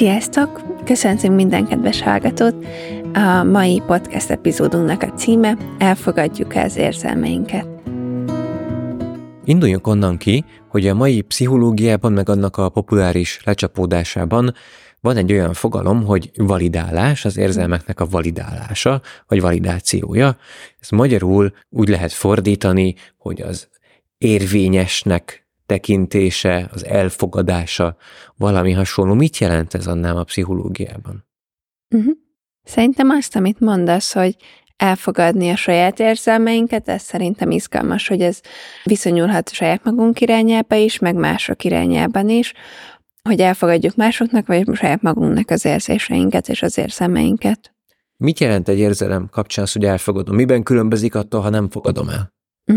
Sziasztok! Köszöntünk minden kedves hallgatót! A mai podcast epizódunknak a címe Elfogadjuk az érzelmeinket. Induljunk onnan ki, hogy a mai pszichológiában meg annak a populáris lecsapódásában van egy olyan fogalom, hogy validálás, az érzelmeknek a validálása, vagy validációja. Ez magyarul úgy lehet fordítani, hogy az érvényesnek tekintése, az elfogadása, valami hasonló. Mit jelent ez annál a pszichológiában? Szerintem azt, amit mondasz, hogy elfogadni a saját érzelmeinket, ez szerintem izgalmas, hogy ez viszonyulhat a saját magunk irányába is, meg mások irányában is, hogy elfogadjuk másoknak, vagy saját magunknak az érzéseinket és az érzelmeinket. Mit jelent egy érzelem kapcsán az, hogy elfogadom? Miben különbözik attól, ha nem fogadom el?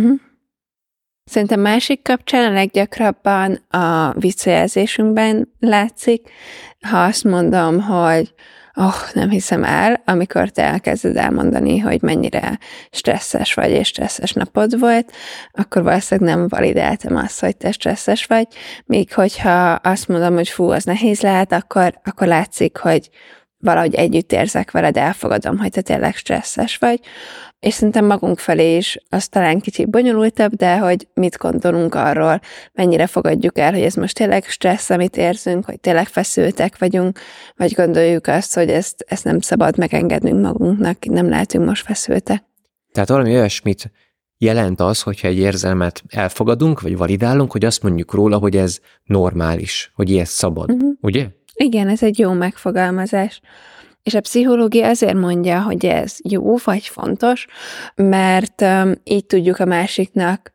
Szerintem másik kapcsán a leggyakrabban a visszajelzésünkben látszik, ha azt mondom, hogy nem hiszem el, amikor te elkezded elmondani, hogy mennyire stresszes vagy, és stresszes napod volt, akkor valószínűleg nem validáltam azt, hogy te stresszes vagy, míg hogyha azt mondom, hogy az nehéz lehet, akkor látszik, hogy valahogy együtt érzek veled, elfogadom, hogy te tényleg stresszes vagy, és szerintem magunk felé is az talán kicsit bonyolultabb, de hogy mit gondolunk arról, mennyire fogadjuk el, hogy ez most tényleg stressz, amit érzünk, hogy tényleg feszültek vagyunk, vagy gondoljuk azt, hogy ezt nem szabad megengednünk magunknak, nem lehetünk most feszültek. Tehát valami olyasmit jelent az, hogyha egy érzelmet elfogadunk, vagy validálunk, hogy azt mondjuk róla, hogy ez normális, hogy ilyet szabad, ugye? Igen, ez egy jó megfogalmazás. És a pszichológia azért mondja, hogy ez jó vagy fontos, mert így tudjuk a másiknak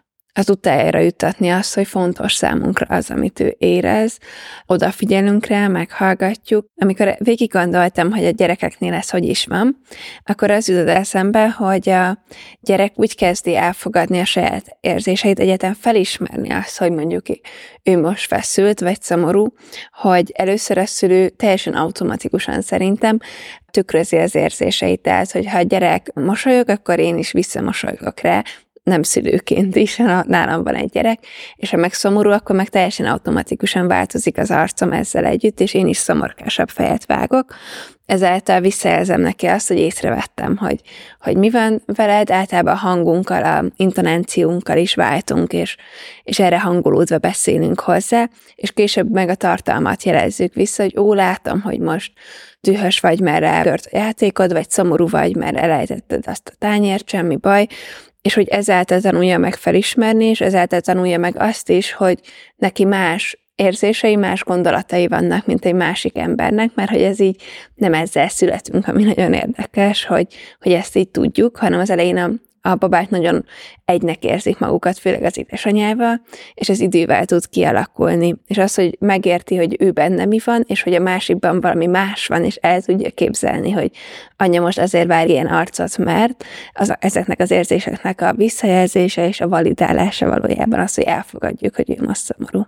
az utájára juttatni azt, hogy fontos számunkra az, amit ő érez, odafigyelünk rá, meghallgatjuk. Amikor végig gondoltam, hogy a gyerekeknél ez hogy is van, akkor az jutott eszembe, hogy a gyerek úgy kezdi elfogadni a saját érzéseit, egyáltalán felismerni azt, hogy mondjuk ő most feszült vagy szomorú, hogy először a szülő teljesen automatikusan szerintem tükrözi az érzéseit, tehát hogyha a gyerek mosolyog, akkor én is visszamosolygok rá, nem szülőként is, nálam van egy gyerek, és ha meg szomorú, akkor meg teljesen automatikusan változik az arcom ezzel együtt, és én is szomorkásabb fejet vágok. Ezáltal visszajelzem neki azt, hogy észrevettem, hogy mi van veled, általában a hangunkkal, a intonációnkkal is váltunk, és erre hangolódva beszélünk hozzá, és később meg a tartalmat jelezzük vissza, hogy látom, hogy most dühös vagy, mert eltört a játékod, vagy szomorú vagy, mert elejtetted azt a tányért, semmi baj, és hogy ezáltal tanulja meg felismerni, és ezáltal tanulja meg azt is, hogy neki más érzései, más gondolatai vannak, mint egy másik embernek, mert hogy ez így nem ezzel születünk, ami nagyon érdekes, hogy ezt így tudjuk, hanem az elején a babák nagyon egynek érzik magukat, főleg az édesanyjával, és ez idővel tud kialakulni. És az, hogy megérti, hogy ő benne mi van, és hogy a másikban valami más van, és el tudja képzelni, hogy anya most azért vár ilyen arcot, mert ezeknek az érzéseknek a visszajelzése és a validálása valójában az, hogy elfogadjuk, hogy ő most szomorú.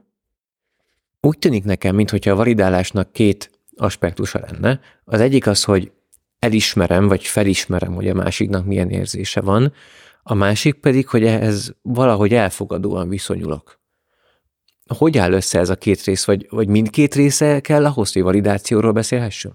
Úgy tűnik nekem, mintha a validálásnak két aspektusa lenne. Az egyik az, hogy elismerem, vagy felismerem, hogy a másiknak milyen érzése van, a másik pedig, hogy ehhez valahogy elfogadóan viszonyulok. Hogy áll össze ez a két rész, vagy mindkét része kell ahhoz, hogy validációról beszélhessünk?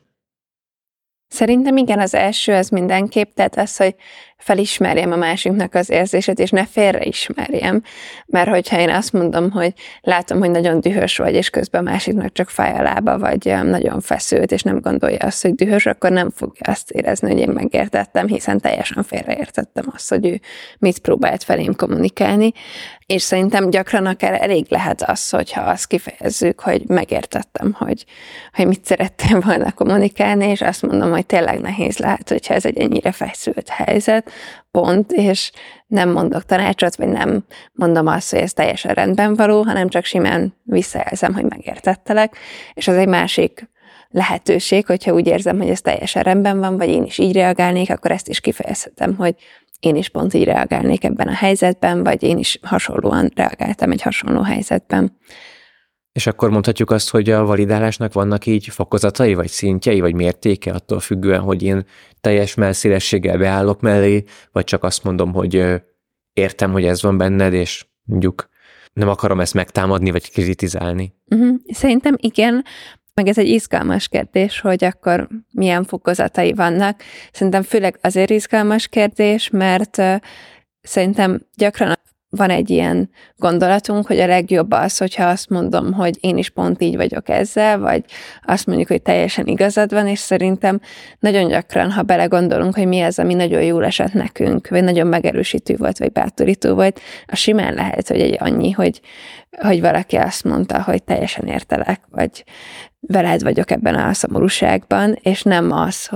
Szerintem igen, az első az mindenképp, tehát az, hogy felismerjem a másiknak az érzését, és ne félreismerjem, mert hogyha én azt mondom, hogy látom, hogy nagyon dühös vagy, és közben a másiknak csak fáj a lába, vagy nagyon feszült, és nem gondolja azt, hogy dühös, akkor nem fogja azt érezni, hogy én megértettem, hiszen teljesen félreértettem azt, hogy ő mit próbált felém kommunikálni, és szerintem gyakran akár elég lehet az, hogyha azt kifejezzük, hogy megértettem, hogy mit szerettem volna kommunikálni, és azt mondom, hogy tényleg nehéz lehet, hogyha ez egy ennyire feszült helyzet, pont, és nem mondok tanácsot, vagy nem mondom azt, hogy ez teljesen rendben való, hanem csak simán visszajelzem, hogy megértettelek, és az egy másik lehetőség, hogyha úgy érzem, hogy ez teljesen rendben van, vagy én is így reagálnék, akkor ezt is kifejezhetem, hogy én is pont így reagálnék ebben a helyzetben, vagy én is hasonlóan reagáltam egy hasonló helyzetben. És akkor mondhatjuk azt, hogy a validálásnak vannak így fokozatai, vagy szintjei, vagy mértéke, attól függően, hogy én teljes mellszélességgel beállok mellé, vagy csak azt mondom, hogy értem, hogy ez van benned, és mondjuk nem akarom ezt megtámadni, vagy kritizálni. Szerintem igen, Meg ez egy izgalmas kérdés, hogy akkor milyen fokozatai vannak. Szerintem főleg azért izgalmas kérdés, mert szerintem gyakran van egy ilyen gondolatunk, hogy a legjobb az, hogyha azt mondom, hogy én is pont így vagyok ezzel, vagy azt mondjuk, hogy teljesen igazad van, és szerintem nagyon gyakran, ha belegondolunk, hogy mi az, ami nagyon jól esett nekünk, vagy nagyon megerősítő volt, vagy bátorító volt, az simán lehet, hogy egy annyi, hogy valaki azt mondta, hogy teljesen értelek, vagy veled vagyok ebben a szomorúságban, és nem az,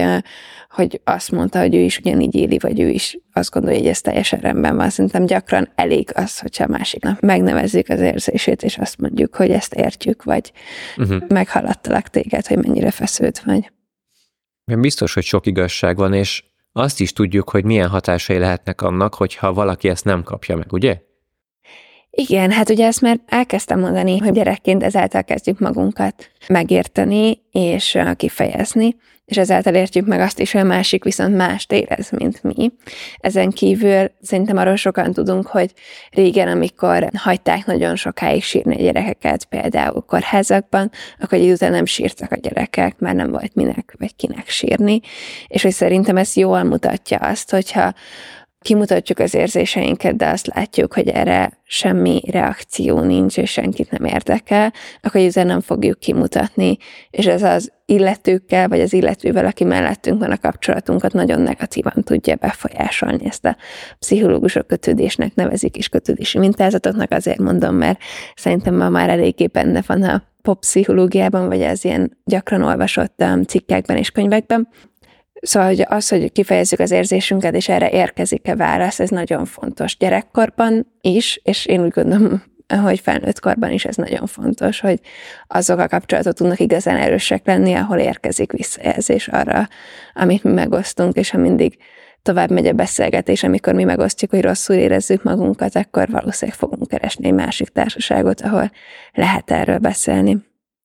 hogy azt mondta, hogy ő is ugyanígy éli, vagy ő is azt gondolja, hogy ez teljesen rendben van. Szerintem gyakran elég az, hogyha a másiknak megnevezzük az érzését, és azt mondjuk, hogy ezt értjük, vagy meghallattalak téged, hogy mennyire feszült vagy. Biztos, hogy sok igazság van, és azt is tudjuk, hogy milyen hatásai lehetnek annak, hogyha valaki ezt nem kapja meg, ugye? Igen, hát ugye ezt már elkezdtem mondani, hogy gyerekként ezáltal kezdjük magunkat megérteni és kifejezni, és ezáltal értjük meg azt is, hogy a másik viszont mást érez, mint mi. Ezen kívül szerintem arról sokan tudunk, hogy régen, amikor hagyták nagyon sokáig sírni a gyerekeket, például kórházakban, akkor egy után nem sírtak a gyerekek, mert nem volt minek vagy kinek sírni, és hogy szerintem ez jól mutatja azt, hogyha kimutatjuk az érzéseinket, de azt látjuk, hogy erre semmi reakció nincs, és senkit nem érdekel, akkor ezzel nem fogjuk kimutatni, és ez az illetőkkel, vagy az illetővel, aki mellettünk van, a kapcsolatunkat nagyon negatívan tudja befolyásolni. Ezt a pszichológusok kötődésnek nevezik, és kötődési mintázatoknak, azért mondom, mert szerintem ma már eléggé benne van a pop-pszichológiában, vagy az ilyen gyakran olvasott cikkekben és könyvekben. Szóval hogy az, hogy kifejezzük az érzésünket, és erre érkezik-e válasz, ez nagyon fontos gyerekkorban is, és én úgy gondolom, hogy felnőtt korban is ez nagyon fontos, hogy azok a kapcsolatok tudnak igazán erősek lenni, ahol érkezik visszajelzés arra, amit mi megosztunk, és ha mindig tovább megy a beszélgetés, amikor mi megosztjuk, hogy rosszul érezzük magunkat, akkor valószínűleg fogunk keresni egy másik társaságot, ahol lehet erről beszélni.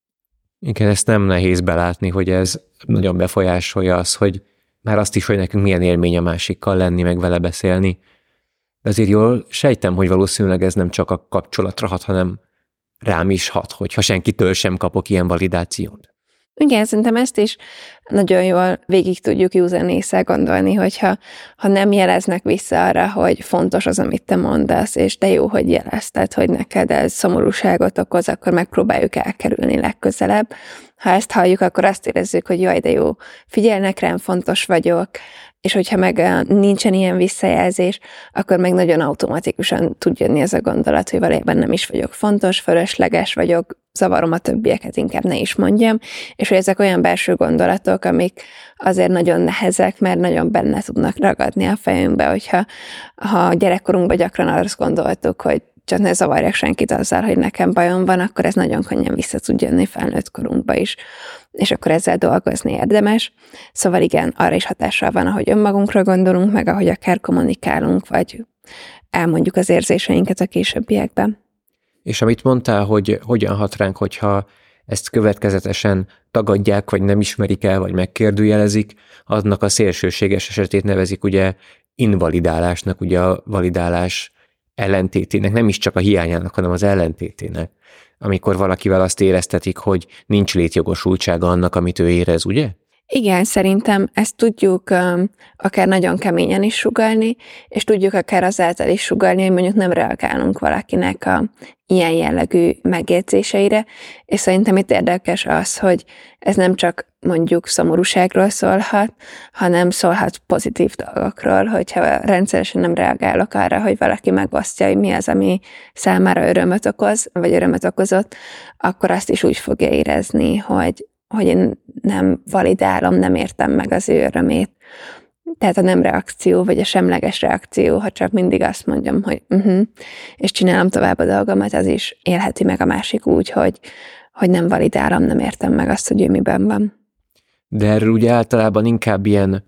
Igen, ezt nem nehéz belátni, hogy ez nagyon befolyásolja az, hogy már azt is, hogy nekünk milyen élmény a másikkal lenni, meg vele beszélni. De azért jól sejtem, hogy valószínűleg ez nem csak a kapcsolatra hat, hanem rám is hat, hogyha senkitől sem kapok ilyen validációt. Igen, szerintem ezt is nagyon jól végig tudjuk józan ésszel gondolni, hogyha nem jeleznek vissza arra, hogy fontos az, amit te mondasz, és de jó, hogy jelezted, hogy neked ez szomorúságot okoz, akkor megpróbáljuk elkerülni legközelebb. Ha ezt halljuk, akkor azt érezzük, hogy jaj, de jó, figyelnek rám, fontos vagyok, és hogyha meg nincsen ilyen visszajelzés, akkor meg nagyon automatikusan tud jönni ez a gondolat, hogy valójában nem is vagyok fontos, fölösleges vagyok, zavarom a többieket, inkább ne is mondjam, és hogy ezek olyan belső gondolatok, amik azért nagyon nehezek, mert nagyon benne tudnak ragadni a fejünkbe, hogyha gyerekkorunkban gyakran azt gondoltuk, hogy csak ne zavarjak senkit azzal, hogy nekem bajom van, akkor ez nagyon könnyen vissza tud jönni felnőtt korunkba is, és akkor ezzel dolgozni érdemes. Szóval igen, arra is hatással van, ahogy önmagunkra gondolunk, meg ahogy akár kommunikálunk, vagy elmondjuk az érzéseinket a későbbiekben. És amit mondtál, hogy hogyan hat ránk, hogyha ezt következetesen tagadják, vagy nem ismerik el, vagy megkérdőjelezik, annak a szélsőséges esetét nevezik ugye invalidálásnak, ugye a validálás ellentétének, nem is csak a hiányának, hanem az ellentétének. Amikor valakivel azt éreztetik, hogy nincs létjogosultsága annak, amit ő érez, ugye? Igen, szerintem ezt tudjuk akár nagyon keményen is sugallni, és tudjuk akár azáltal is sugallni, hogy mondjuk nem reagálunk valakinek a ilyen jellegű megjegyzéseire, és szerintem itt érdekes az, hogy ez nem csak mondjuk szomorúságról szólhat, hanem szólhat pozitív dolgokról, hogyha rendszeresen nem reagálok arra, hogy valaki megosztja, hogy mi az, ami számára örömöt okoz, vagy örömöt okozott, akkor azt is úgy fogja érezni, hogy én nem validálom, nem értem meg az ő örömét. Tehát a nem reakció, vagy a semleges reakció, ha csak mindig azt mondjam, hogy és csinálom tovább a dolgomat, az is élheti meg a másik úgy, hogy nem validálom, nem értem meg azt, hogy ő miben van. De erről ugye általában inkább ilyen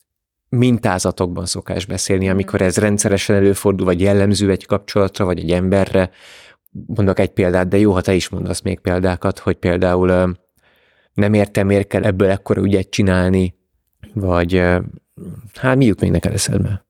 mintázatokban szokás beszélni, amikor ez rendszeresen előfordul, vagy jellemző egy kapcsolatra, vagy egy emberre. Mondok egy példát, de jó, ha te is mondasz még példákat, hogy például nem értem, miért kell ebből ekkora ügyet csinálni, vagy hát mi jut még neked eszedbe?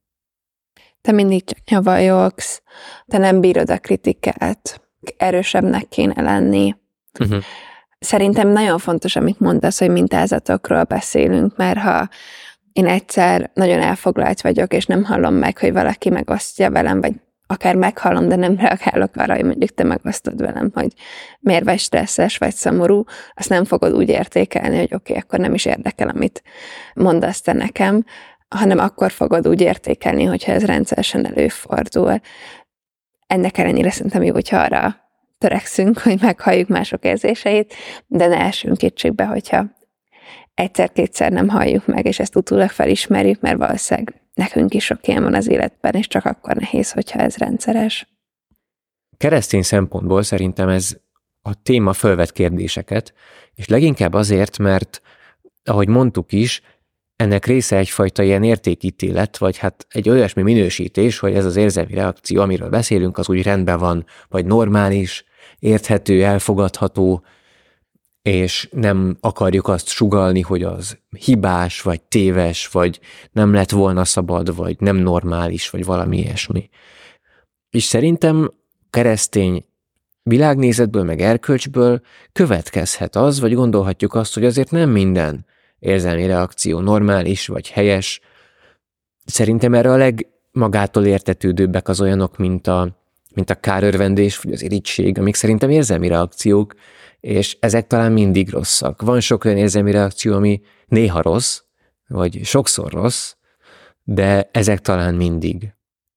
Te mindig csak nyavajogsz, te nem bírod a kritikát, erősebbnek kéne lenni. Szerintem nagyon fontos, amit mondasz, hogy mintázatokról beszélünk, mert ha én egyszer nagyon elfoglalt vagyok, és nem hallom meg, hogy valaki megosztja velem, vagy akár meghallom, de nem reagálok arra, hogy mondjuk te megosztod velem, hogy miért vagy stresszes, vagy szomorú, azt nem fogod úgy értékelni, hogy oké, akkor nem is érdekel, amit mondasz te nekem, hanem akkor fogod úgy értékelni, hogyha ez rendszeresen előfordul. Ennek ellenére szerintem jó, hogyha arra törekszünk, hogy meghalljuk mások érzéseit, de ne essünk kétségbe, hogyha egyszer-kétszer nem halljuk meg, és ezt utólag felismerjük, mert valószínűleg nekünk is sok ilyen van az életben, és csak akkor nehéz, hogyha ez rendszeres. Keresztény szempontból szerintem ez a téma fölvet kérdéseket, és leginkább azért, mert, ahogy mondtuk is, ennek része egyfajta ilyen értékítélet, vagy hát egy olyasmi minősítés, hogy ez az érzelmi reakció, amiről beszélünk, az úgy rendben van, vagy normális, érthető, elfogadható, és nem akarjuk azt sugallni, hogy az hibás, vagy téves, vagy nem lett volna szabad, vagy nem normális, vagy valami ilyesmi. És szerintem keresztény világnézetből, meg erkölcsből következhet az, vagy gondolhatjuk azt, hogy azért nem minden érzelmi reakció normális, vagy helyes. Szerintem erre a legmagától értetődőbbek az olyanok, mint a kárörvendés, vagy az irigység, amik szerintem érzelmi reakciók, és ezek talán mindig rosszak. Van sok olyan érzelmi reakció, ami néha rossz, vagy sokszor rossz, de ezek talán mindig.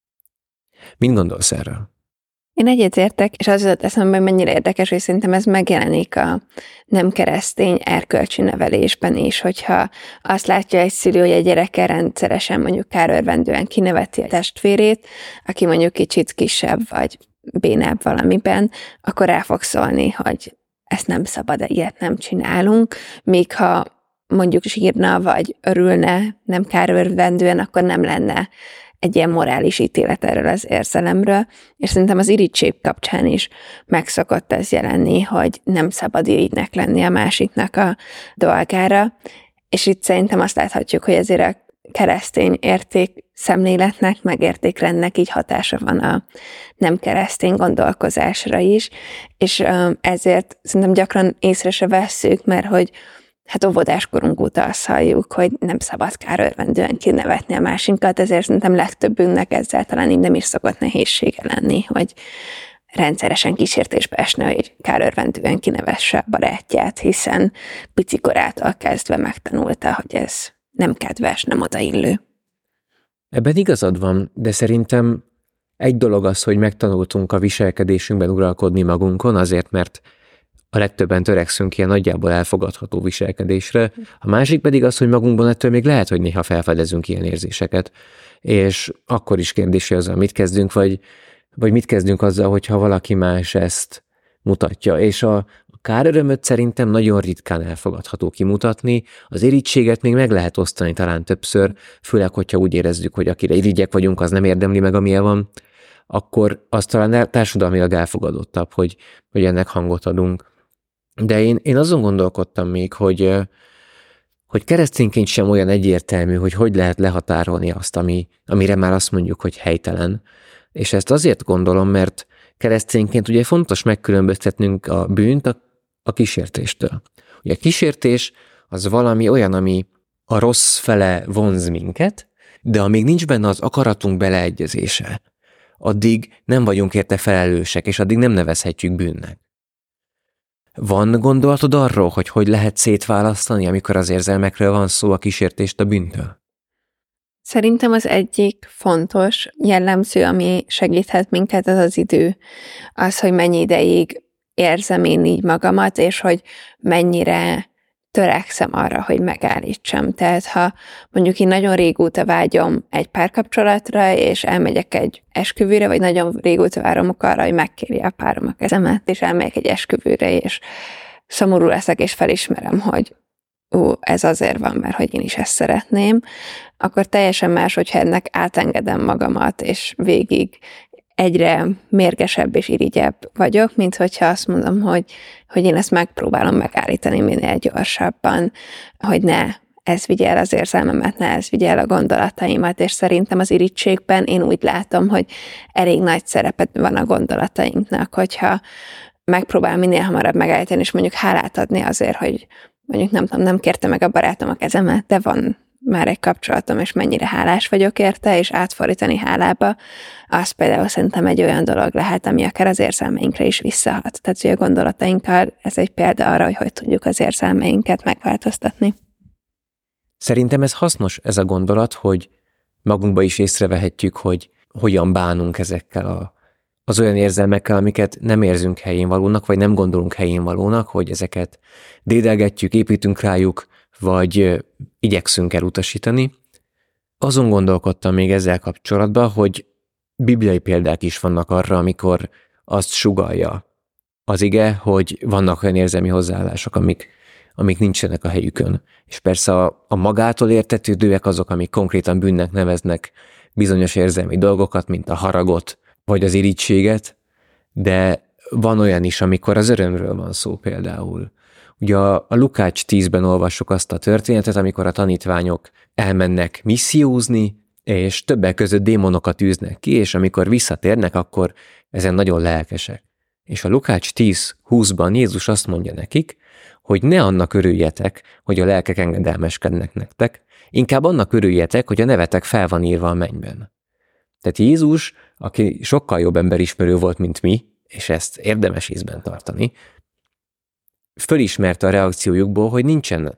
Mit gondolsz erről? Én egyetértek, és az jutott eszembe, hogy mennyire érdekes, hogy szerintem ez megjelenik a nem keresztény erkölcsi nevelésben is, hogyha azt látja egy szülő, hogy egy gyereke rendszeresen mondjuk kárörvendően kineveti a testvérét, aki mondjuk kicsit kisebb vagy bénább valamiben, akkor rá fog szólni, hogy ezt nem szabad, ilyet nem csinálunk, míg ha mondjuk sírna vagy örülne nem kárörvendően, akkor nem lenne egy ilyen morális ítélet erről az érzelemről, és szerintem az irigység kapcsán is megszokott ez jelenni, hogy nem szabad irigynek lenni a másiknak a dolgára, és itt szerintem azt láthatjuk, hogy azért a keresztény értékszemléletnek, meg értékrendnek így hatása van a nem keresztény gondolkozásra is, és ezért szerintem gyakran észre se vesszük, mert hogy hát óvodáskorunk óta azt halljuk, hogy nem szabad kárörvendően kinevetni a másikat, ezért szerintem legtöbbünknek ezzel talán így nem is szokott nehézsége lenni, hogy rendszeresen kísértésbe esne, hogy kárörvendően kinevesse a barátját, hiszen picikorától kezdve megtanulta, hogy ez nem kedves, nem odaillő. Ebben igazad van, de szerintem egy dolog az, hogy megtanultunk a viselkedésünkben uralkodni magunkon, azért, mert a legtöbben törekszünk ilyen nagyjából elfogadható viselkedésre, a másik pedig az, hogy magunkban ettől még lehet, hogy néha felfedezünk ilyen érzéseket, és akkor is kérdés, hogy azzal mit kezdünk, vagy mit kezdünk azzal, hogyha valaki más ezt mutatja, és a kárörömöt szerintem nagyon ritkán elfogadható kimutatni, az irítséget még meg lehet osztani talán többször, főleg, hogyha úgy érezzük, hogy akire irigyek vagyunk, az nem érdemli meg, amilyen van, akkor az talán társadalmilag elfogadottabb, hogy ennek hangot adunk. De én azon gondolkodtam még, hogy keresztényként sem olyan egyértelmű, hogy lehet lehatárolni azt, amire már azt mondjuk, hogy helytelen. És ezt azért gondolom, mert keresztényként ugye fontos megkülönböztetnünk a bűnt a kísértéstől. Ugye a kísértés az valami olyan, ami a rossz fele vonz minket, de amíg nincs benne az akaratunk beleegyezése, addig nem vagyunk érte felelősek, és addig nem nevezhetjük bűnnek. Van gondolatod arról, hogy lehet szétválasztani, amikor az érzelmekről van szó, a kísértést a bűntől? Szerintem az egyik fontos jellemző, ami segíthet minket, az az idő. Az, hogy mennyi ideig érzem én így magamat, és hogy mennyire törekszem arra, hogy megállítsam. Tehát ha mondjuk én nagyon régóta vágyom egy párkapcsolatra, és elmegyek egy esküvőre, vagy nagyon régóta várom arra, hogy megkérje a párom a kezemet, és elmegyek egy esküvőre, és szomorú leszek, és felismerem, hogy ez azért van, mert hogy én is ezt szeretném, akkor teljesen más, hogyha ennek átengedem magamat, és végig egyre mérgesebb és irigyebb vagyok, mint hogyha azt mondom, hogy én ezt megpróbálom megállítani minél gyorsabban, hogy ne ez vigye el az érzelmemet, ne ez vigye el a gondolataimat, és szerintem az irigységben én úgy látom, hogy elég nagy szerepe van a gondolatainknak, hogyha megpróbál minél hamarabb megállítani, és mondjuk hálát adni azért, hogy mondjuk nem tudom, nem kérte meg a barátom a kezemet, de van már egy kapcsolatom, és mennyire hálás vagyok érte, és átfordítani hálába, az például szerintem egy olyan dolog lehet, ami akár az érzelmeinkre is visszahat. Tehát, hogy a gondolatainkkal ez egy példa arra, hogy tudjuk az érzelmeinket megváltoztatni. Szerintem ez hasznos, ez a gondolat, hogy magunkba is észrevehetjük, hogy hogyan bánunk ezekkel az olyan érzelmekkel, amiket nem érzünk helyén valónak, vagy nem gondolunk helyén valónak, hogy ezeket dédelgetjük, építünk rájuk, vagy igyekszünk elutasítani. Azon gondolkodtam még ezzel kapcsolatban, hogy bibliai példák is vannak arra, amikor azt sugallja az ige, hogy vannak olyan érzelmi hozzáállások, amik nincsenek a helyükön. És persze a magától értetődőek azok, amik konkrétan bűnnek neveznek bizonyos érzelmi dolgokat, mint a haragot, vagy az irítséget, de van olyan is, amikor az örömről van szó például. Ugye a Lukács 10-ben olvassuk azt a történetet, amikor a tanítványok elmennek missziózni, és többek között démonokat űznek ki, és amikor visszatérnek, akkor ezen nagyon lelkesek. És a Lukács 10:20-ban Jézus azt mondja nekik, hogy ne annak örüljetek, hogy a lelkek engedelmeskednek nektek, inkább annak örüljetek, hogy a nevetek fel van írva a mennyben. Tehát Jézus, aki sokkal jobb emberismerő volt, mint mi, és ezt érdemes észben tartani, fölismerte a reakciójukból, hogy nincsen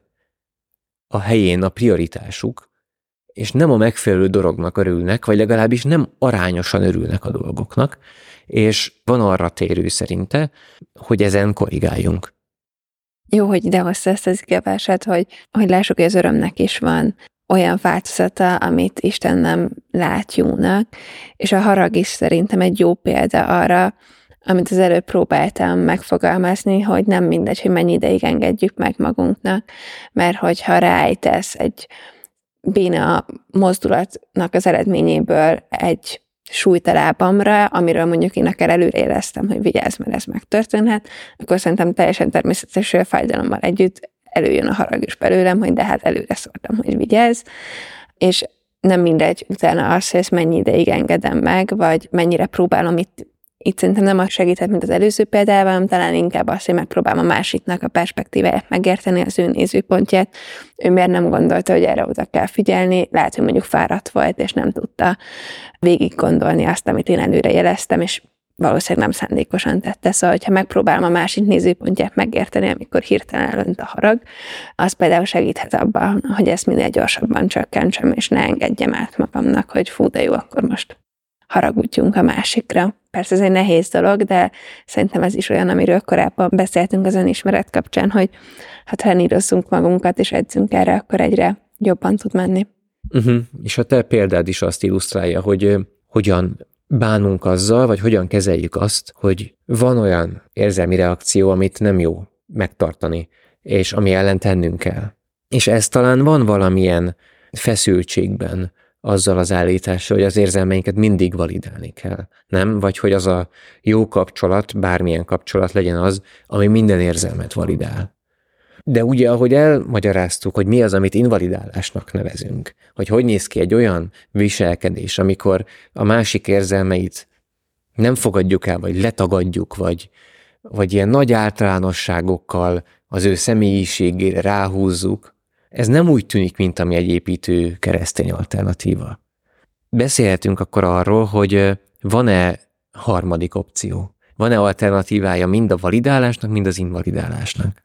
a helyén a prioritásuk, és nem a megfelelő dolognak örülnek, vagy legalábbis nem arányosan örülnek a dolgoknak, és van arra térő szerinte, hogy ezen korrigáljunk. Jó, hogy idehozta ezt az igevását, hogy lássuk, hogy az örömnek is van olyan változata, amit Isten nem lát jónak, és a harag is szerintem egy jó példa arra, amit az előbb próbáltam megfogalmazni, hogy nem mindegy, hogy mennyi ideig engedjük meg magunknak, mert hogyha ráejtesz egy béna mozdulatnak az eredményéből egy súlyt a lábamra, amiről mondjuk én akár előre éreztem, hogy vigyázz, mert ez megtörténhet, akkor szerintem teljesen természetes, hogy a fájdalommal együtt előjön a harag is belőlem, hogy de hát előre szóltam, hogy vigyázz, és nem mindegy utána az, hogy ezt mennyi ideig engedem meg, vagy mennyire próbálom itt szerintem nem az segített, mint az előző példával, hanem talán inkább azt, hogy megpróbálom a másiknak a perspektíváját megérteni, az ő nézőpontját. Ő miért nem gondolta, hogy erre oda kell figyelni, lehet, hogy mondjuk fáradt volt, és nem tudta végig gondolni azt, amit én előre jeleztem, és valószínűleg nem szándékosan tette. Szóval, hogyha megpróbálom a másik nézőpontját megérteni, amikor hirtelen elönt a harag, az például segíthet abban, hogy ezt minél gyorsabban csökkentsem, és ne engedjem át magamnak, hogy fú, de jó, akkor most haragudjunk a másikra. Persze ez egy nehéz dolog, de szerintem ez is olyan, amiről korábban beszéltünk az önismeret kapcsán, hogy ha trenírozzunk magunkat és edzünk erre, akkor egyre jobban tud menni. És a te példád is azt illusztrálja, hogy hogyan bánunk azzal, vagy hogyan kezeljük azt, hogy van olyan érzelmi reakció, amit nem jó megtartani, és ami ellen tennünk kell. És ez talán van valamilyen feszültségben azzal az állítással, hogy az érzelmeinket mindig validálni kell, nem? Vagy hogy az a jó kapcsolat, bármilyen kapcsolat legyen az, ami minden érzelmet validál. De ugye, ahogy elmagyaráztuk, hogy mi az, amit invalidálásnak nevezünk, hogy néz ki egy olyan viselkedés, amikor a másik érzelmeit nem fogadjuk el, vagy letagadjuk, vagy ilyen nagy általánosságokkal az ő személyiségére ráhúzzuk, ez nem úgy tűnik, mint ami egy építő keresztény alternatíva. Beszélhetünk akkor arról, hogy van-e harmadik opció? Van-e alternatívája mind a validálásnak, mind az invalidálásnak?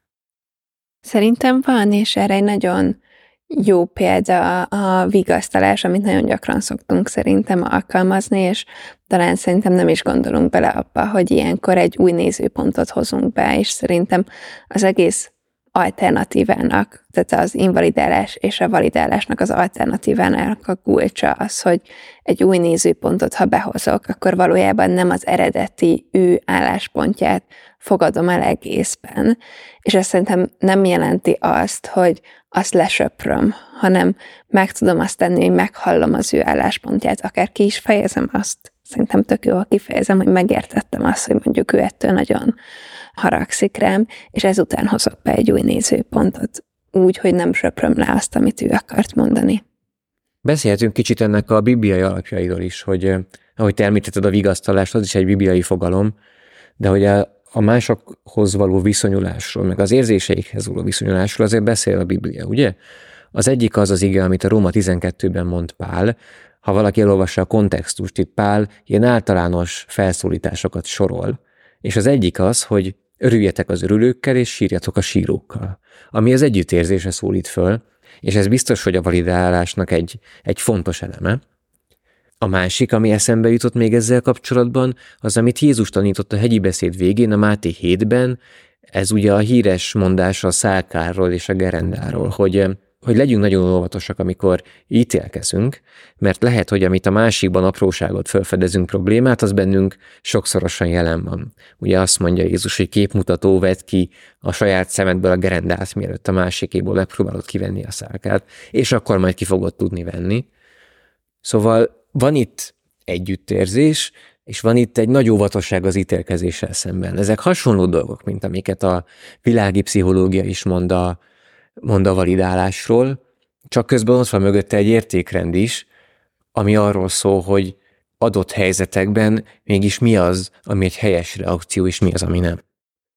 Szerintem van, és erre egy nagyon jó példa a vigasztalás, amit nagyon gyakran szoktunk szerintem alkalmazni, és talán szerintem nem is gondolunk bele abba, hogy ilyenkor egy új nézőpontot hozunk be, és szerintem az egész alternatívának, tehát az invalidálás és a validálásnak az alternatívának a kulcsa az, hogy egy új nézőpontot, ha behozok, akkor valójában nem az eredeti ő álláspontját fogadom el egészben, és ez szerintem nem jelenti azt, hogy azt lesöpröm, hanem meg tudom azt tenni, hogy meghallom az ő álláspontját, akár ki is fejezem azt. Szerintem tök jó, ha kifejezem, hogy megértettem azt, hogy mondjuk ő ettől nagyon haragszik rám, és ezután hozok be egy új nézőpontot, úgy, hogy nem söpröm le azt, amit ő akart mondani. Beszélhetünk kicsit ennek a bibliai alapjairól is, hogy ahogy te említetted a vigasztalást, az is egy bibliai fogalom, de hogy a másokhoz való viszonyulásról, meg az érzéseikhez való viszonyulásról azért beszél a Biblia, ugye? Az egyik az ige, amit a Róma 12-ben mond Pál. Ha valaki elolvassa a kontextust, itt Pál ilyen általános felszólításokat sorol. És az egyik az, hogy örüljetek az örülőkkel, és sírjatok a sírókkal. Ami az együttérzésre szólít föl, és ez biztos, hogy a validálásnak egy fontos eleme. A másik, ami eszembe jutott még ezzel kapcsolatban, az, amit Jézus tanított a hegyi beszéd végén, a Máté 7-ben, ez ugye a híres mondás a szálkárról és a gerendáról, hogy legyünk nagyon óvatosak, amikor ítélkezünk, mert lehet, hogy amit a másikban apróságot felfedezünk problémát, az bennünk sokszorosan jelen van. Ugye azt mondja Jézus, hogy képmutató vedd ki a saját szemedből a gerendát, mielőtt a másikéból megpróbálod kivenni a szálkát, és akkor majd ki fogod tudni venni. Szóval van itt együttérzés, és van itt egy nagy óvatosság az ítélkezéssel szemben. Ezek hasonló dolgok, mint amiket a világi pszichológia is mond a validálásról, csak közben ott van mögötte egy értékrend is, ami arról szól, hogy adott helyzetekben mégis mi az, ami egy helyes reakció, és mi az, ami nem.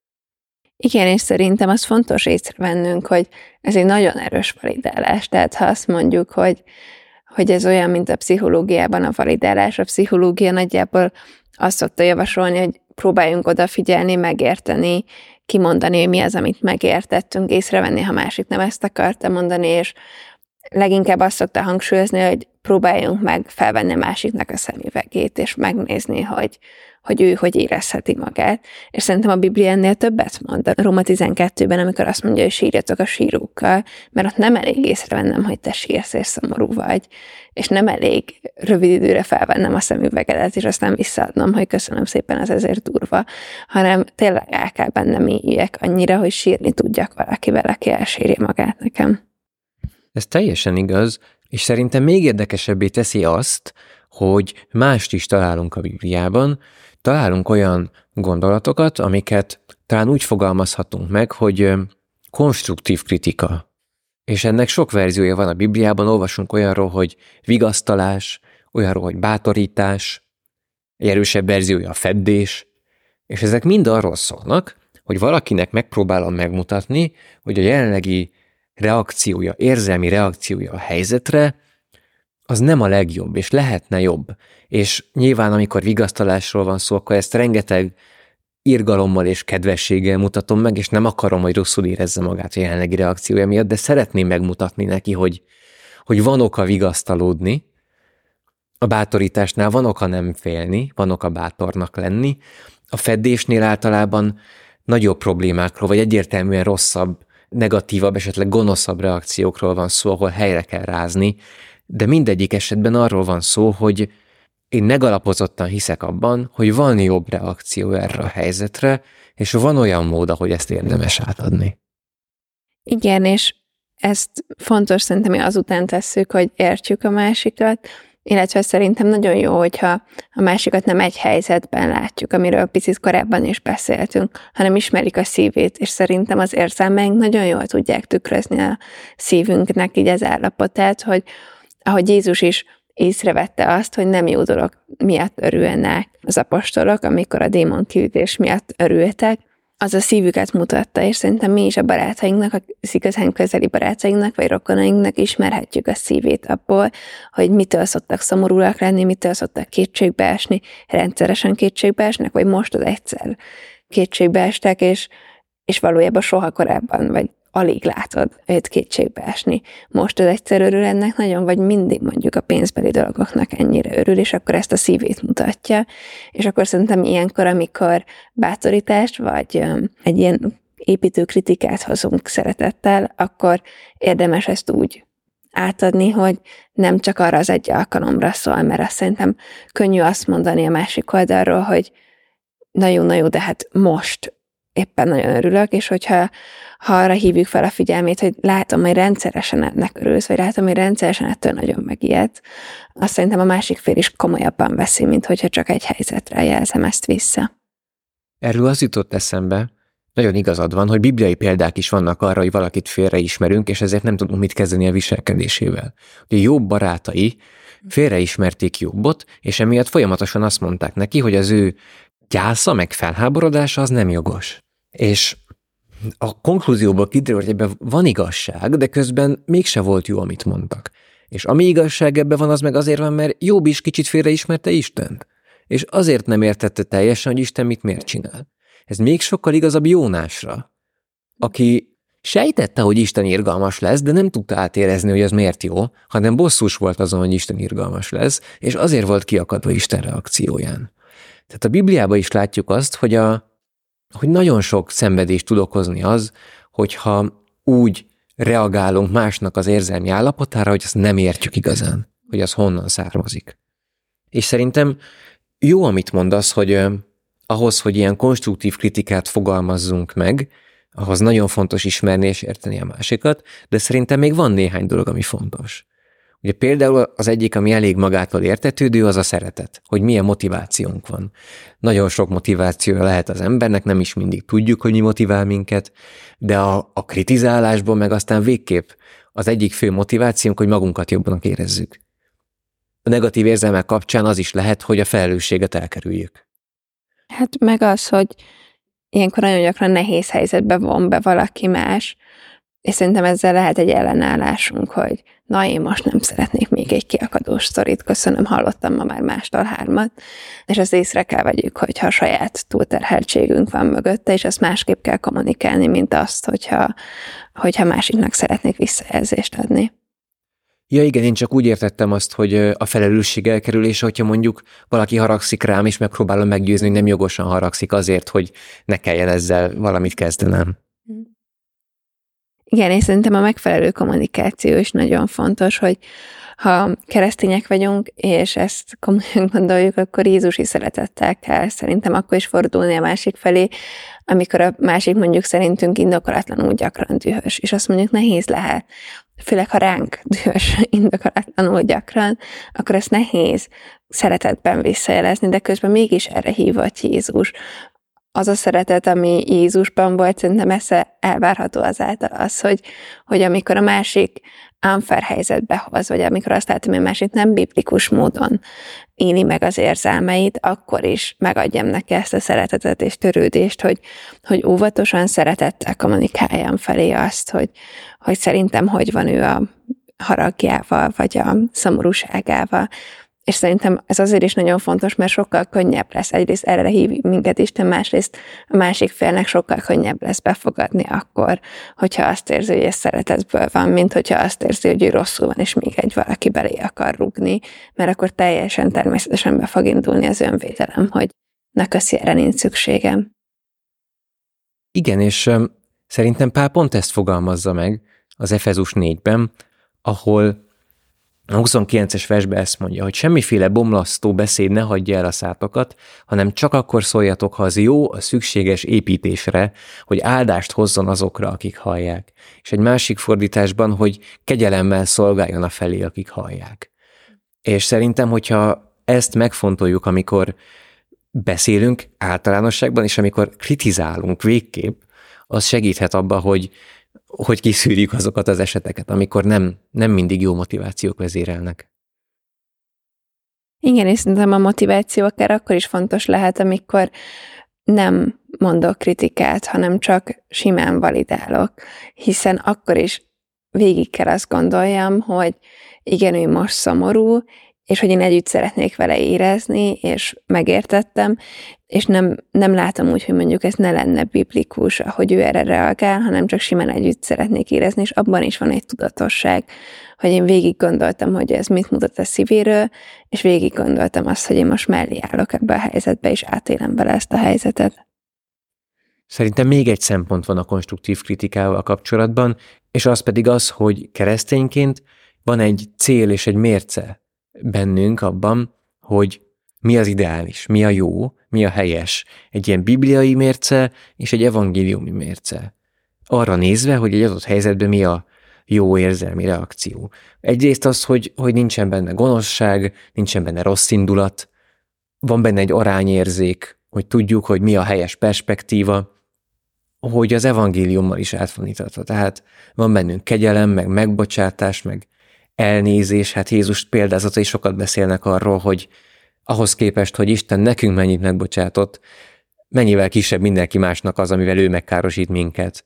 Igen, és szerintem az fontos észrevennünk, hogy ez egy nagyon erős validálás. Tehát ha azt mondjuk, hogy ez olyan, mint a pszichológiában a validálás, a pszichológia nagyjából azt szokta javasolni, hogy próbáljunk odafigyelni, megérteni, kimondani, hogy mi az, amit megértettünk, észrevenni, ha másik nem ezt akarta mondani, és leginkább azt szokta hangsúlyozni, hogy próbáljunk meg felvenni a másiknak a szemüvegét, és megnézni, hogy ő hogy érezheti magát. És szerintem a Biblia ennél többet mond. A Róma 12-ben, amikor azt mondja, hogy sírjatok a sírókkal, mert ott nem elég észrevennem, hogy te sírsz és szomorú vagy, és nem elég rövid időre felvennem a szemüvegedet, és aztán visszaadnom, hogy köszönöm szépen, az ezért durva, hanem tényleg el kell bennem mélyek annyira, hogy sírni tudjak valakivel, aki elsírja magát nekem. Ez teljesen igaz, és szerintem még érdekesebbé teszi azt, hogy mást is találunk a Bibliában, találunk olyan gondolatokat, amiket talán úgy fogalmazhatunk meg, hogy konstruktív kritika. És ennek sok verziója van a Bibliában, olvasunk olyanról, hogy vigasztalás, olyanról, hogy bátorítás, egy erősebb verziója a feddés, és ezek mind arról szólnak, hogy valakinek megpróbálom megmutatni, hogy a jelenlegi reakciója, érzelmi reakciója a helyzetre, az nem a legjobb, és lehetne jobb. És nyilván, amikor vigasztalásról van szó, akkor ezt rengeteg irgalommal és kedvességgel mutatom meg, és nem akarom, hogy rosszul érezze magát a jelenlegi reakciója miatt, de szeretném megmutatni neki, hogy van oka vigasztalódni, a bátorításnál van oka nem félni, van oka bátornak lenni, a feddésnél általában nagyobb problémákról, vagy egyértelműen rosszabb, negatívabb, esetleg gonoszabb reakciókról van szó, ahol helyre kell rázni, de mindegyik esetben arról van szó, hogy én megalapozottan hiszek abban, hogy van jobb reakció erre a helyzetre, és van olyan mód, ahogy ezt érdemes átadni. Igen, és ezt fontos szerintem, hogy azután tesszük, hogy értjük a másikat, illetve szerintem nagyon jó, hogyha a másikat nem egy helyzetben látjuk, amiről picit korábban is beszéltünk, hanem ismerik a szívét, és szerintem az érzelmeink nagyon jól tudják tükrözni a szívünknek így az állapotát, hogy ahogy Jézus is észrevette azt, hogy nem jó dolog miatt örülnek az apostolok, amikor a démon kiütés miatt örültek, az a szívüket mutatta, és szerintem mi is a barátainknak, az igazán közeli barátainknak, vagy rokonainknak ismerhetjük a szívét abból, hogy mitől szoktak szomorúak lenni, mitől szoktak kétségbe esni, rendszeresen kétségbe esnek, vagy most az egyszer kétségbe estek, és valójában soha korábban, vagy alig látod őt kétségbe esni. Most az egyszer örül ennek nagyon, vagy mindig mondjuk a pénzbeli dolgoknak ennyire örül, és akkor ezt a szívét mutatja, és akkor szerintem ilyenkor, amikor bátorítást, vagy egy ilyen építő kritikát hozunk szeretettel, akkor érdemes ezt úgy átadni, hogy nem csak arra az egy alkalomra szól, mert azt szerintem könnyű azt mondani a másik oldalról, hogy na jó, de hát most éppen nagyon örülök, és hogyha arra hívjuk fel a figyelmét, hogy látom, hogy rendszeresen ennek örülsz, vagy látom, hogy rendszeresen ettől nagyon megijedsz, azt szerintem a másik fél is komolyabban veszi, mint hogyha csak egy helyzetre jelzem ezt vissza. Erről az jutott eszembe, nagyon igazad van, hogy bibliai példák is vannak arra, hogy valakit félreismerünk, és ezért nem tudunk mit kezdeni a viselkedésével. Ugye Jobb barátai félreismerték Jobbot, és emiatt folyamatosan azt mondták neki, hogy az ő gyásza, meg felháborodása az nem jogos. És a konklúzióból kiderül, hogy ebben van igazság, de közben mégse volt jó, amit mondtak. És ami igazság ebben van, az meg azért van, mert Jobb is kicsit félreismerte Istent. És azért nem értette teljesen, hogy Isten miért csinál. Ez még sokkal igazabb Jónásra, aki sejtette, hogy Isten irgalmas lesz, de nem tudta átérezni, hogy ez miért jó, hanem bosszús volt azon, hogy Isten irgalmas lesz, és azért volt kiakadva Isten reakcióján. Tehát a Bibliában is látjuk azt, hogy nagyon sok szenvedést tud okozni az, hogyha úgy reagálunk másnak az érzelmi állapotára, hogy azt nem értjük igazán, hogy az honnan származik. És szerintem jó, amit mondasz, hogy ahhoz, hogy ilyen konstruktív kritikát fogalmazzunk meg, ahhoz nagyon fontos ismerni és érteni a másikat, de szerintem még van néhány dolog, ami fontos. Ugye például az egyik, ami elég magától értetődő, az a szeretet, hogy milyen motivációnk van. Nagyon sok motivációja lehet az embernek, nem is mindig tudjuk, hogy mi motivál minket, de a kritizálásban meg aztán végképp az egyik fő motivációnk, hogy magunkat jobban érezzük. A negatív érzelmek kapcsán az is lehet, hogy a felelősséget elkerüljük. Hát meg az, hogy ilyenkor nagyon gyakran nehéz helyzetbe von be valaki más, és szerintem ezzel lehet egy ellenállásunk, hogy na, én most nem szeretnék még egy kiakadós sztorit, köszönöm, hallottam ma már mástól 3, és azt észre kell vegyük, hogyha a saját túlterheltségünk van mögötte, és azt másképp kell kommunikálni, mint azt, hogyha másiknak szeretnék visszajelzést adni. Ja igen, én csak úgy értettem azt, hogy a felelősség elkerülése, hogyha mondjuk valaki haragszik rám, és megpróbálom meggyőzni, hogy nem jogosan haragszik azért, hogy ne kelljen ezzel valamit kezdenem. Igen, és szerintem a megfelelő kommunikáció is nagyon fontos, hogy ha keresztények vagyunk, és ezt komolyan gondoljuk, akkor Jézusi szeretettel kell szerintem akkor is fordulni a másik felé, amikor a másik mondjuk szerintünk indokolatlanul gyakran dühös, és azt mondjuk nehéz lehet, főleg ha ránk dühös indokolatlanul gyakran, akkor ezt nehéz szeretetben visszajelezni, de közben mégis erre hívott Jézus. Az a szeretet, ami Jézusban volt, szerintem messze elvárható azáltal az, hogy amikor a másik unfair helyzetbe hoz, vagy amikor azt látom, hogy a másik nem biblikus módon éli meg az érzelmeit, akkor is megadjam neki ezt a szeretetet és törődést, hogy óvatosan szeretettel kommunikáljam felé azt, hogy szerintem hogy van ő a haragjával, vagy a szomorúságával. És szerintem ez azért is nagyon fontos, mert sokkal könnyebb lesz. Egyrészt erre hív minket Isten, másrészt a másik félnek sokkal könnyebb lesz befogadni akkor, hogyha azt érzi, hogy ez szeretetből van, mint hogyha azt érzi, hogy ő rosszul van, és még egy valaki belé akar rúgni, mert akkor teljesen természetesen be fog indulni az önvédelem, hogy na köszi, erre nincs szükségem. Igen, és szerintem Pál pont ezt fogalmazza meg az Efezus 4-ben, ahol a 29-es versben ezt mondja, hogy semmiféle bomlasztó beszéd ne hagyja el a szátokat, hanem csak akkor szóljatok, ha az jó, a szükséges építésre, hogy áldást hozzon azokra, akik hallják. És egy másik fordításban, hogy kegyelemmel szolgáljon a felé, akik hallják. És szerintem, hogyha ezt megfontoljuk, amikor beszélünk általánosságban, és amikor kritizálunk végképp, az segíthet abba, hogy kiszűrjük azokat az eseteket, amikor nem mindig jó motivációk vezérelnek. Igen, és szerintem a motiváció akár akkor is fontos lehet, amikor nem mondok kritikát, hanem csak simán validálok, hiszen akkor is végig kell azt gondoljam, hogy igen, ő most szomorú, és hogy én együtt szeretnék vele érezni, és megértettem, és nem látom úgy, hogy mondjuk ez ne lenne biblikus, ahogy ő erre reagál, hanem csak simán együtt szeretnék érezni, és abban is van egy tudatosság, hogy én végig gondoltam, hogy ez mit mutat a szívéről, és végig gondoltam azt, hogy én most mellé állok ebbe a helyzetbe, és átélem vele ezt a helyzetet. Szerintem még egy szempont van a konstruktív kritikával kapcsolatban, és az pedig az, hogy keresztényként van egy cél és egy mérce bennünk abban, hogy mi az ideális, mi a jó, mi a helyes. Egy ilyen bibliai mérce és egy evangéliumi mérce. Arra nézve, hogy egy adott helyzetben mi a jó érzelmi reakció. Egyrészt az, hogy nincsen benne gonoszság, nincsen benne rossz indulat, van benne egy arányérzék, hogy tudjuk, hogy mi a helyes perspektíva, hogy az evangéliummal is át van itatva. Tehát van bennünk kegyelem, meg megbocsátás, meg elnézés. Hát Jézus példázatai sokat beszélnek arról, hogy ahhoz képest, hogy Isten nekünk mennyit megbocsátott, mennyivel kisebb mindenki másnak az, amivel ő megkárosít minket.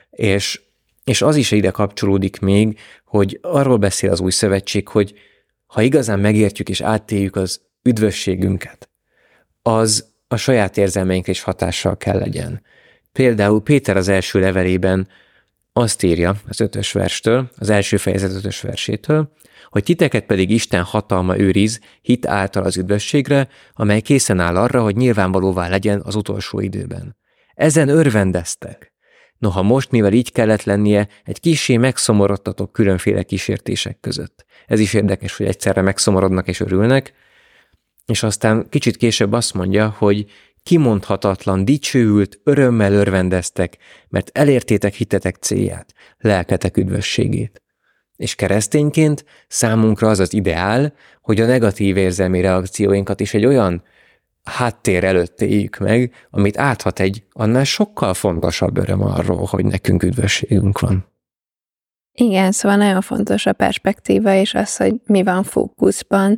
És az is ide kapcsolódik még, hogy arról beszél az Új Szövetség, hogy ha igazán megértjük és átéljük az üdvösségünket, az a saját érzelmeinkre is hatással kell legyen. Például Péter az első levelében azt írja az 5. verstől, az első fejezet 5. versétől, hogy titeket pedig Isten hatalma őriz hit által az üdvösségre, amely készen áll arra, hogy nyilvánvalóvá legyen az utolsó időben. Ezen örvendeztek. Noha most, mivel így kellett lennie, egy kissé megszomorodtatok különféle kísértések között. Ez is érdekes, hogy egyszerre megszomorodnak és örülnek, és aztán kicsit később azt mondja, hogy kimondhatatlan, dicsőült, örömmel örvendeztek, mert elértétek hitetek célját, lelketek üdvösségét. És keresztényként számunkra az az ideál, hogy a negatív érzelmi reakcióinkat is egy olyan háttér előtt éljük meg, amit áthat egy annál sokkal fontosabb öröm arról, hogy nekünk üdvösségünk van. Igen, szóval nagyon fontos a perspektíva, és az, hogy mi van fókuszban,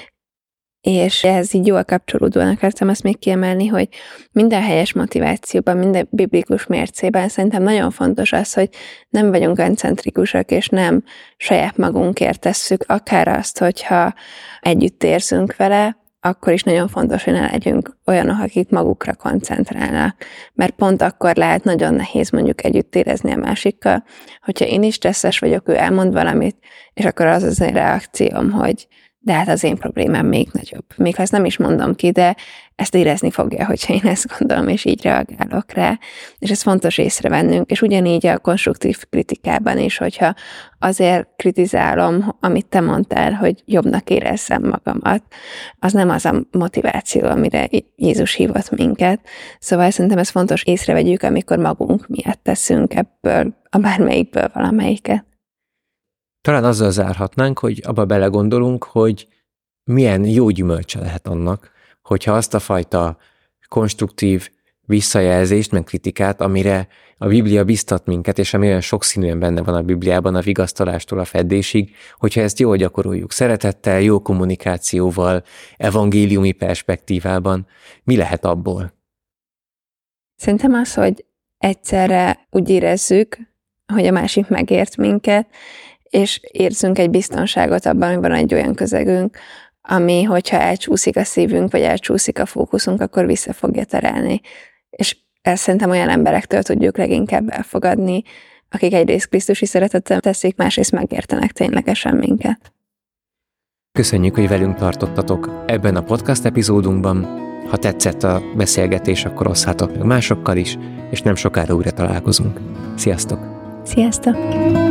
és ez így jól kapcsolódóan akartam azt még kiemelni, hogy minden helyes motivációban, minden biblikus mércében szerintem nagyon fontos az, hogy nem vagyunk öncentrikusak, és nem saját magunkért tesszük, akár azt, hogyha együtt érzünk vele, akkor is nagyon fontos, hogy ne legyünk olyanok, akik magukra koncentrálnak. Mert pont akkor lehet nagyon nehéz mondjuk együtt érezni a másikkal, hogyha én is stresszes vagyok, ő elmond valamit, és akkor az az én reakcióm, hogy de hát az én problémám még nagyobb. Még ha ezt nem is mondom ki, de ezt érezni fogja, hogyha én ezt gondolom, és így reagálok rá. És ez fontos észrevennünk, és ugyanígy a konstruktív kritikában is, hogyha azért kritizálom, amit te mondtál, hogy jobbnak érezzem magamat, az nem az a motiváció, amire Jézus hívott minket. Szóval szerintem ez fontos észrevegyük, amikor magunk miatt teszünk ebből, a bármelyikből valamelyiket. Talán azzal zárhatnánk, hogy abba belegondolunk, hogy milyen jó gyümölcse lehet annak, hogyha azt a fajta konstruktív visszajelzést, meg kritikát, amire a Biblia biztat minket, és ami olyan sokszínűen benne van a Bibliában, a vigasztalástól a feddésig, hogyha ezt jól gyakoroljuk szeretettel, jó kommunikációval, evangéliumi perspektívában, mi lehet abból? Szerintem az, hogy egyszerre úgy érezzük, hogy a másik megért minket, és érzünk egy biztonságot abban, hogy van egy olyan közegünk, ami, hogyha elcsúszik a szívünk, vagy elcsúszik a fókuszunk, akkor vissza fogja terelni. És ezt szerintem olyan emberektől tudjuk leginkább elfogadni, akik egyrészt krisztusi szeretettel teszik, másrészt megértenek ténylegesen minket. Köszönjük, hogy velünk tartottatok ebben a podcast epizódunkban. Ha tetszett a beszélgetés, akkor osszátok meg másokkal is, és nem sokára újra találkozunk. Sziasztok! Sziasztok!